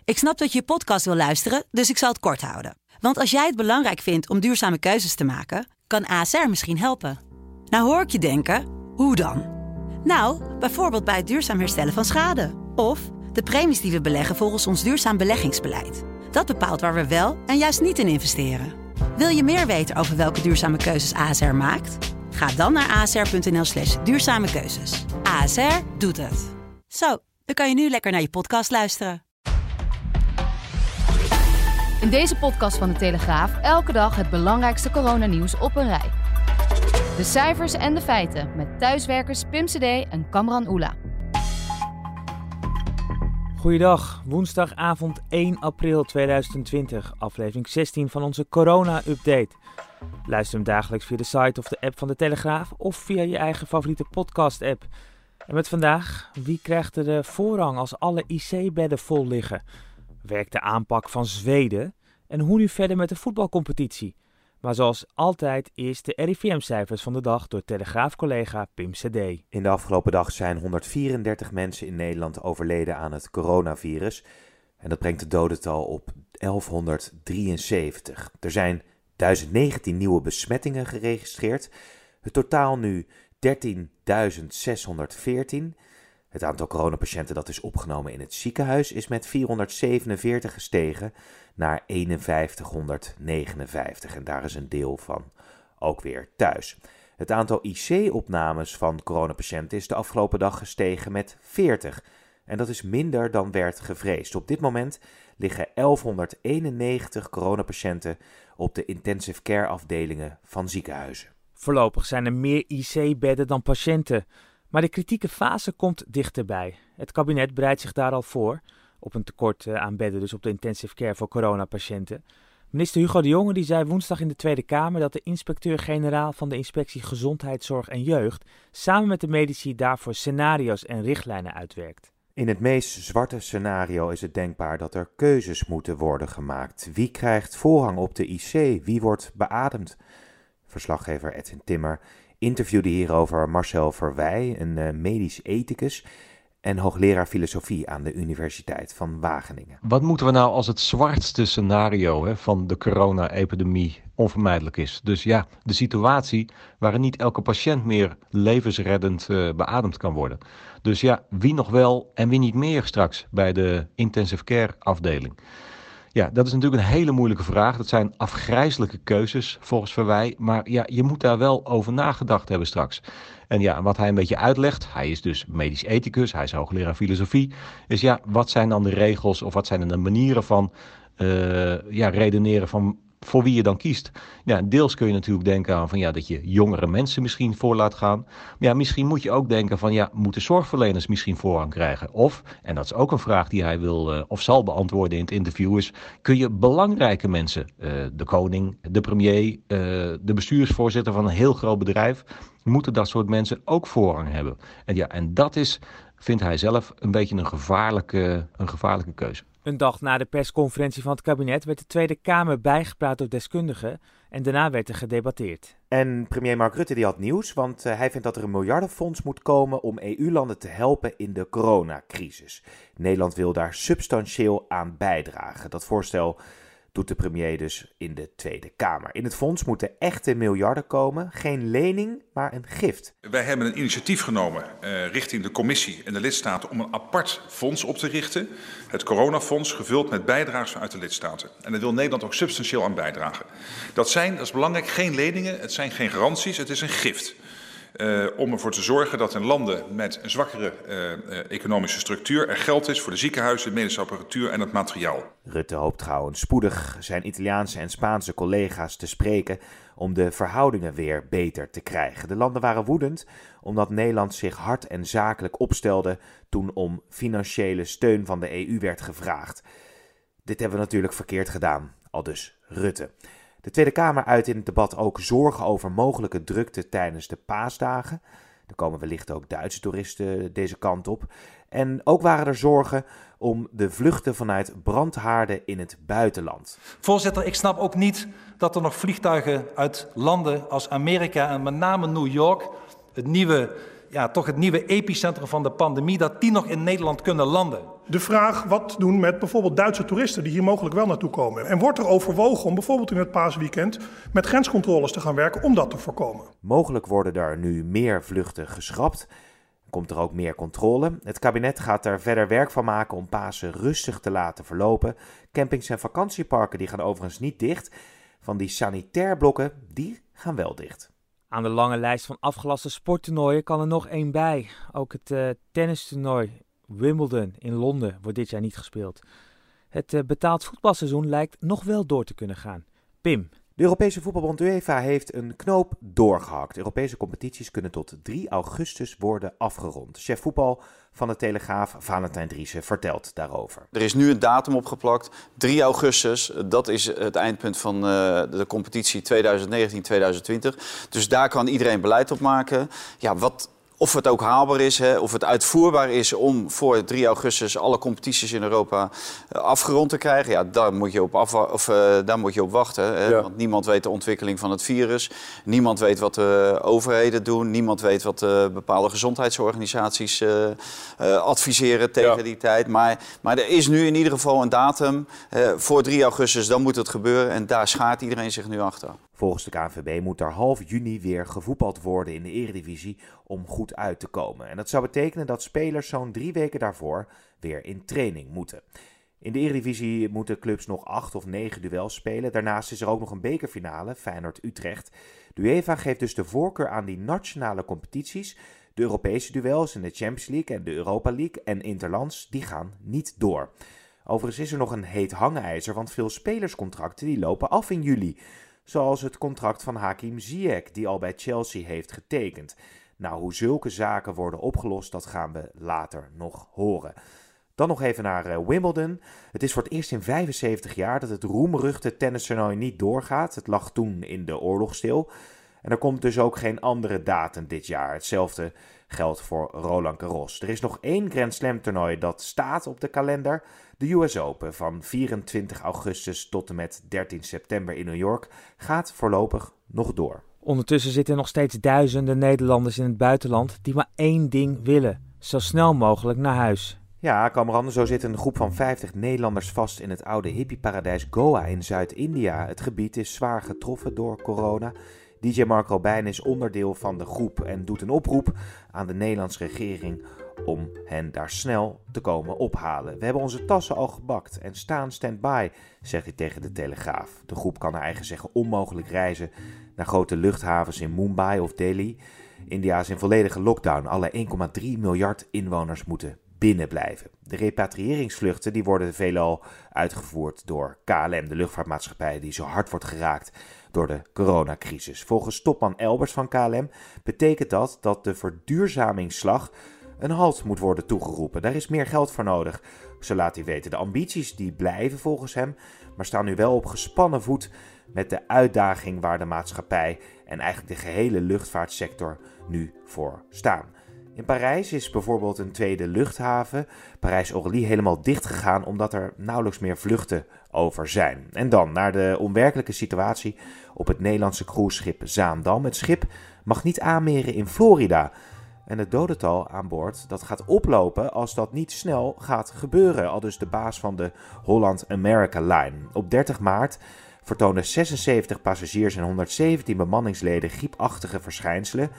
Ik snap dat je podcast wil luisteren, dus ik zal het kort houden. Want als jij het belangrijk vindt om duurzame keuzes te maken, kan ASR misschien helpen. Nou hoor ik je denken, hoe dan? Nou, bijvoorbeeld bij het duurzaam herstellen van schade. Of de premies die we beleggen volgens ons duurzaam beleggingsbeleid. Dat bepaalt waar we wel en juist niet in investeren. Wil je meer weten over welke duurzame keuzes ASR maakt? Ga dan naar asr.nl/duurzame keuzes. ASR doet het. Zo, dan kan je nu lekker naar je podcast luisteren. In deze podcast van De Telegraaf elke dag het belangrijkste coronanieuws op een rij. De cijfers en de feiten met thuiswerkers Pim CD en Kamran Oela. Goeiedag, woensdagavond 1 april 2020, aflevering 16 van onze corona-update. Luister hem dagelijks via de site of de app van De Telegraaf of via je eigen favoriete podcast-app. En met vandaag, wie krijgt er de voorrang als alle IC-bedden vol liggen? Werkt de aanpak van Zweden? En hoe nu verder met de voetbalcompetitie? Maar zoals altijd eerst de RIVM-cijfers van de dag door Telegraaf-collega Pim CD. In de afgelopen dag zijn 134 mensen in Nederland overleden aan het coronavirus. En dat brengt het dodental op 1173. Er zijn 1019 nieuwe besmettingen geregistreerd. Het totaal nu 13.614. Het aantal coronapatiënten dat is opgenomen in het ziekenhuis is met 447 gestegen naar 5159. En daar is een deel van ook weer thuis. Het aantal IC-opnames van coronapatiënten is de afgelopen dag gestegen met 40. En dat is minder dan werd gevreesd. Op dit moment liggen 1191 coronapatiënten op de intensive care afdelingen van ziekenhuizen. Voorlopig zijn er meer IC-bedden dan patiënten. Maar de kritieke fase komt dichterbij. Het kabinet bereidt zich daar al voor, op een tekort aan bedden, dus op de intensive care voor coronapatiënten. Minister Hugo de Jonge die zei woensdag in de Tweede Kamer dat de inspecteur-generaal van de Inspectie Gezondheidszorg en Jeugd samen met de medici daarvoor scenario's en richtlijnen uitwerkt. In het meest zwarte scenario is het denkbaar dat er keuzes moeten worden gemaakt. Wie krijgt voorrang op de IC? Wie wordt beademd? Verslaggever Edwin Timmer interviewde hierover Marcel Verwij, een medisch ethicus en hoogleraar filosofie aan de Universiteit van Wageningen. Wat moeten we nou als het zwartste scenario van de corona-epidemie onvermijdelijk is? Dus ja, de situatie waarin niet elke patiënt meer levensreddend beademd kan worden. Dus ja, wie nog wel en wie niet meer straks bij de intensive care afdeling? Ja, dat is natuurlijk een hele moeilijke vraag. Dat zijn afgrijselijke keuzes volgens Verwij. Maar ja, je moet daar wel over nagedacht hebben straks. En ja, wat hij een beetje uitlegt, hij is dus medisch ethicus, hij is hoogleraar filosofie, is ja, wat zijn dan de regels of wat zijn dan de manieren van redeneren van voor wie je dan kiest. Ja, deels kun je natuurlijk denken aan van ja, dat je jongere mensen misschien voor laat gaan. Maar ja, misschien moet je ook denken van ja, moeten zorgverleners misschien voorrang krijgen? Of, en dat is ook een vraag die hij wil of zal beantwoorden in het interview, is kun je belangrijke mensen, de koning, de premier, de bestuursvoorzitter van een heel groot bedrijf, moeten dat soort mensen ook voorrang hebben? En ja, en dat is, vindt hij zelf, een beetje een gevaarlijke keuze. Een dag na de persconferentie van het kabinet werd de Tweede Kamer bijgepraat door deskundigen en daarna werd er gedebatteerd. En premier Mark Rutte die had nieuws, want hij vindt dat er een miljardenfonds moet komen om EU-landen te helpen in de coronacrisis. Nederland wil daar substantieel aan bijdragen. Dat voorstel doet de premier dus in de Tweede Kamer. In het fonds moeten echte miljarden komen, geen lening, maar een gift. Wij hebben een initiatief genomen richting de commissie en de lidstaten om een apart fonds op te richten. Het coronafonds, gevuld met bijdragers vanuit de lidstaten. En daar wil Nederland ook substantieel aan bijdragen. Dat is belangrijk, geen leningen, het zijn geen garanties, het is een gift. Om ervoor te zorgen dat in landen met een zwakkere economische structuur er geld is voor de ziekenhuizen, de medische apparatuur en het materiaal. Rutte hoopt trouwens spoedig zijn Italiaanse en Spaanse collega's te spreken om de verhoudingen weer beter te krijgen. De landen waren woedend omdat Nederland zich hard en zakelijk opstelde toen om financiële steun van de EU werd gevraagd. Dit hebben we natuurlijk verkeerd gedaan, aldus Rutte. De Tweede Kamer uit in het debat ook zorgen over mogelijke drukte tijdens de paasdagen. Er komen wellicht ook Duitse toeristen deze kant op. En ook waren er zorgen om de vluchten vanuit brandhaarden in het buitenland. Voorzitter, ik snap ook niet dat er nog vliegtuigen uit landen als Amerika en met name New York, het nieuwe toch het nieuwe epicentrum van de pandemie, dat die nog in Nederland kunnen landen. De vraag wat doen met bijvoorbeeld Duitse toeristen die hier mogelijk wel naartoe komen. En wordt er overwogen om bijvoorbeeld in het paasweekend met grenscontroles te gaan werken om dat te voorkomen? Mogelijk worden er nu meer vluchten geschrapt. Komt er ook meer controle. Het kabinet gaat er verder werk van maken om Pasen rustig te laten verlopen. Campings en vakantieparken die gaan overigens niet dicht. Van die sanitair blokken, die gaan wel dicht. Aan de lange lijst van afgelaste sporttoernooien kan er nog één bij. Ook het tennistoernooi Wimbledon in Londen wordt dit jaar niet gespeeld. Het betaald voetbalseizoen lijkt nog wel door te kunnen gaan. Pim. De Europese voetbalbond UEFA heeft een knoop doorgehakt. Europese competities kunnen tot 3 augustus worden afgerond. Chef voetbal van de Telegraaf, Valentijn Driessen, vertelt daarover. Er is nu een datum opgeplakt, 3 augustus. Dat is het eindpunt van de competitie 2019-2020. Dus daar kan iedereen beleid op maken. Ja, of het ook haalbaar is, of het uitvoerbaar is om voor 3 augustus alle competities in Europa afgerond te krijgen. Ja, daar moet je op wachten. Hè? Ja. Want niemand weet de ontwikkeling van het virus. Niemand weet wat de overheden doen. Niemand weet wat bepaalde gezondheidsorganisaties adviseren tegen die tijd. Maar er is nu in ieder geval een datum voor 3 augustus. Dan moet het gebeuren en daar schaart iedereen zich nu achter. Volgens de KNVB moet er half juni weer gevoetbald worden in de Eredivisie om goed uit te komen. En dat zou betekenen dat spelers zo'n 3 weken daarvoor weer in training moeten. In de Eredivisie moeten clubs nog 8 of 9 duels spelen. Daarnaast is er ook nog een bekerfinale, Feyenoord-Utrecht. De UEFA geeft dus de voorkeur aan die nationale competities. De Europese duels in de Champions League en de Europa League en Interlands, die gaan niet door. Overigens is er nog een heet hangijzer, want veel spelerscontracten die lopen af in juli. Zoals het contract van Hakim Ziyech, die al bij Chelsea heeft getekend. Nou, hoe zulke zaken worden opgelost, dat gaan we later nog horen. Dan nog even naar Wimbledon. Het is voor het eerst in 75 jaar dat het roemruchte tennistoernooi niet doorgaat. Het lag toen in de oorlog stil. En er komt dus ook geen andere datum dit jaar. Hetzelfde geldt voor Roland Garros. Er is nog 1 Grand Slam toernooi dat staat op de kalender. De US Open van 24 augustus tot en met 13 september in New York gaat voorlopig nog door. Ondertussen zitten nog steeds duizenden Nederlanders in het buitenland die maar 1 ding willen: zo snel mogelijk naar huis. Ja, Kamran, zo zit een groep van 50 Nederlanders vast in het oude hippieparadijs Goa in Zuid-India. Het gebied is zwaar getroffen door corona. DJ Mark Robijn is onderdeel van de groep en doet een oproep aan de Nederlandse regering om hen daar snel te komen ophalen. We hebben onze tassen al gebakt en staan stand-by, zegt hij tegen de Telegraaf. De groep kan naar eigen zeggen onmogelijk reizen naar grote luchthavens in Mumbai of Delhi. India is in volledige lockdown. Alle 1,3 miljard inwoners moeten binnenblijven. De repatriëringsvluchten die worden veelal uitgevoerd door KLM, de luchtvaartmaatschappij die zo hard wordt geraakt door de coronacrisis. Volgens topman Elbers van KLM betekent dat de verduurzamingsslag een halt moet worden toegeroepen. Daar is meer geld voor nodig, zo laat hij weten. De ambities die blijven volgens hem, maar staan nu wel op gespannen voet met de uitdaging waar de maatschappij en eigenlijk de gehele luchtvaartsector nu voor staan. In Parijs is bijvoorbeeld een tweede luchthaven, Parijs-Orly, helemaal dichtgegaan omdat er nauwelijks meer vluchten over zijn. En dan naar de onwerkelijke situatie op het Nederlandse cruiseschip Zaandam. Het schip mag niet aanmeren in Florida. En het dodental aan boord dat gaat oplopen als dat niet snel gaat gebeuren. Aldus de baas van de Holland America Line. Op 30 maart vertoonden 76 passagiers en 117 bemanningsleden griepachtige verschijnselen.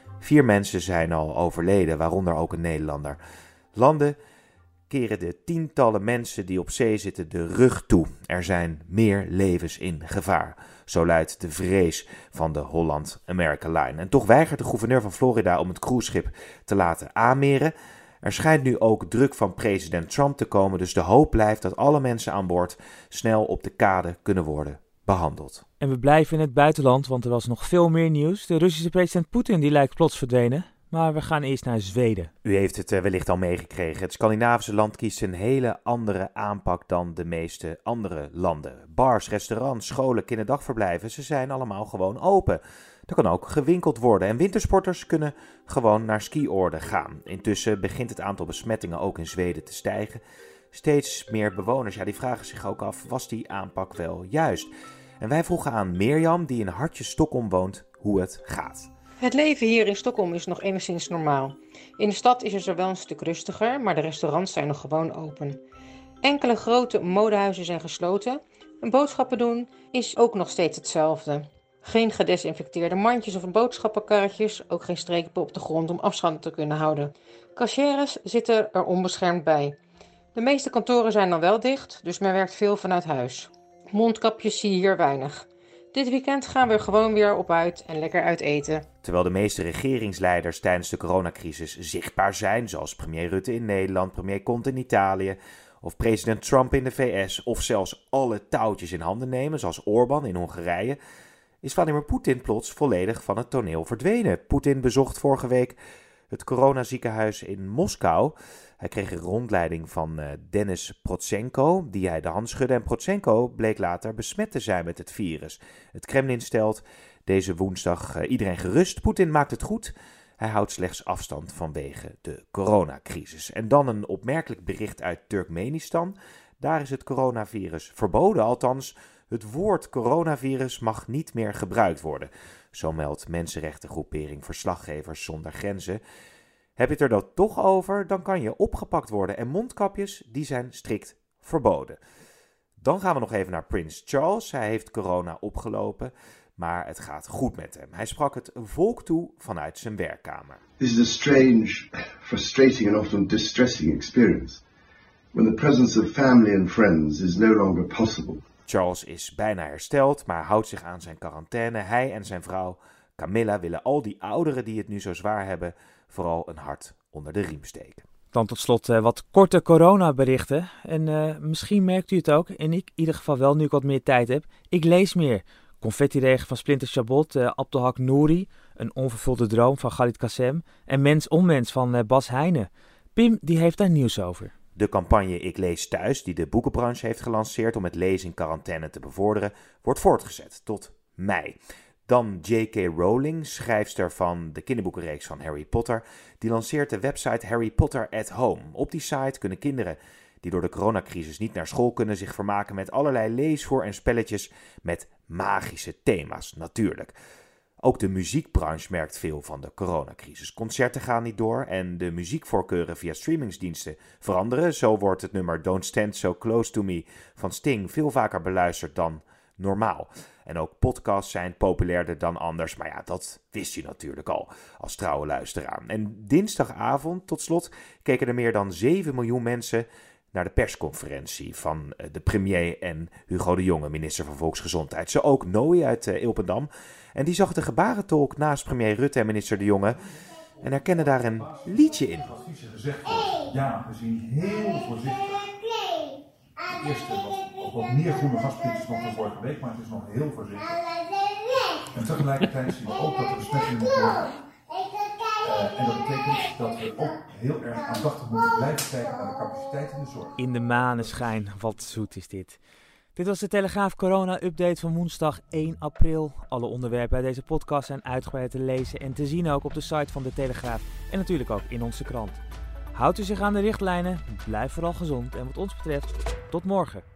4 mensen zijn al overleden, waaronder ook een Nederlander. Landen keren de tientallen mensen die op zee zitten de rug toe. Er zijn meer levens in gevaar. Zo luidt de vrees van de Holland America Line. En toch weigert de gouverneur van Florida om het cruiseschip te laten aanmeren. Er schijnt nu ook druk van president Trump te komen, dus de hoop blijft dat alle mensen aan boord snel op de kade kunnen worden behandeld. En we blijven in het buitenland, want er was nog veel meer nieuws. De Russische president Poetin die lijkt plots verdwenen. Maar we gaan eerst naar Zweden. U heeft het wellicht al meegekregen. Het Scandinavische land kiest een hele andere aanpak dan de meeste andere landen. Bars, restaurants, scholen, kinderdagverblijven, ze zijn allemaal gewoon open. Er kan ook gewinkeld worden en wintersporters kunnen gewoon naar skioorden gaan. Intussen begint het aantal besmettingen ook in Zweden te stijgen. Steeds meer bewoners die vragen zich ook af, was die aanpak wel juist? En wij vroegen aan Mirjam, die in Hartje Stockholm woont, hoe het gaat. Het leven hier in Stockholm is nog enigszins normaal. In de stad is het er wel een stuk rustiger, maar de restaurants zijn nog gewoon open. Enkele grote modehuizen zijn gesloten. En boodschappen doen is ook nog steeds hetzelfde. Geen gedesinfecteerde mandjes of boodschappenkarretjes, ook geen strepen op de grond om afstand te kunnen houden. Cashiers zitten er onbeschermd bij. De meeste kantoren zijn dan wel dicht, dus men werkt veel vanuit huis. Mondkapjes zie je hier weinig. Dit weekend gaan we er gewoon weer op uit en lekker uit eten. Terwijl de meeste regeringsleiders tijdens de coronacrisis zichtbaar zijn, zoals premier Rutte in Nederland, premier Conte in Italië of president Trump in de VS, of zelfs alle touwtjes in handen nemen, zoals Orbán in Hongarije, is Vladimir Poetin plots volledig van het toneel verdwenen. Poetin bezocht vorige week het coronaziekenhuis in Moskou. Hij kreeg een rondleiding van Denis Protsenko, die hij de hand schudde. En Protsenko bleek later besmet te zijn met het virus. Het Kremlin stelt deze woensdag iedereen gerust. Poetin maakt het goed. Hij houdt slechts afstand vanwege de coronacrisis. En dan een opmerkelijk bericht uit Turkmenistan. Daar is het coronavirus verboden, althans het woord coronavirus mag niet meer gebruikt worden. Zo meldt mensenrechtengroepering Verslaggevers Zonder Grenzen. Heb je het er dan toch over, dan kan je opgepakt worden en mondkapjes, die zijn strikt verboden. Dan gaan we nog even naar Prins Charles. Hij heeft corona opgelopen, maar het gaat goed met hem. Hij sprak het volk toe vanuit zijn werkkamer. This is a strange, frustrating and often distressing experience. When the presence of family and friends is no longer possible. Charles is bijna hersteld, maar houdt zich aan zijn quarantaine. Hij en zijn vrouw Camilla willen al die ouderen die het nu zo zwaar hebben vooral een hart onder de riem steken. Dan tot slot wat korte coronaberichten. En misschien merkt u het ook, en ik in ieder geval wel nu ik wat meer tijd heb. Ik lees meer. Confettiregen van Splinter Chabot, Abdelhak Nouri, Een onvervulde droom van Khalid Kassem en Mens Onmens van Bas Heijnen. Pim die heeft daar nieuws over. De campagne Ik Lees Thuis, die de boekenbranche heeft gelanceerd om het lezen in quarantaine te bevorderen, wordt voortgezet tot mei. Dan J.K. Rowling, schrijfster van de kinderboekenreeks van Harry Potter, die lanceert de website Harry Potter at Home. Op die site kunnen kinderen die door de coronacrisis niet naar school kunnen zich vermaken met allerlei leesvoer en spelletjes met magische thema's, natuurlijk. Ook de muziekbranche merkt veel van de coronacrisis. Concerten gaan niet door en de muziekvoorkeuren via streamingsdiensten veranderen. Zo wordt het nummer Don't Stand So Close To Me van Sting veel vaker beluisterd dan normaal. En ook podcasts zijn populairder dan anders. Maar ja, dat wist je natuurlijk al als trouwe luisteraar. En dinsdagavond, tot slot, keken er meer dan 7 miljoen mensen naar de persconferentie van de premier en Hugo de Jonge, minister van Volksgezondheid. Zo ook Noe uit Ilpendam. En die zag de gebarentolk naast premier Rutte en minister de Jonge en herkende daar een liedje in. Ja, we zien heel voorzichtig. De eerste wat meer groene gasprietjes dan van vorige week, maar het is nog heel voorzichtig. En tegelijkertijd zien we ook dat de besmettingen worden. En dat betekent dat we ook heel erg aandachtig moeten blijven kijken naar de capaciteit in de zorg. In de maneschijn, wat zoet is dit. Dit was de Telegraaf Corona-update van woensdag 1 april. Alle onderwerpen bij deze podcast zijn uitgebreid te lezen en te zien ook op de site van de Telegraaf en natuurlijk ook in onze krant. Houdt u zich aan de richtlijnen, blijf vooral gezond en wat ons betreft, tot morgen.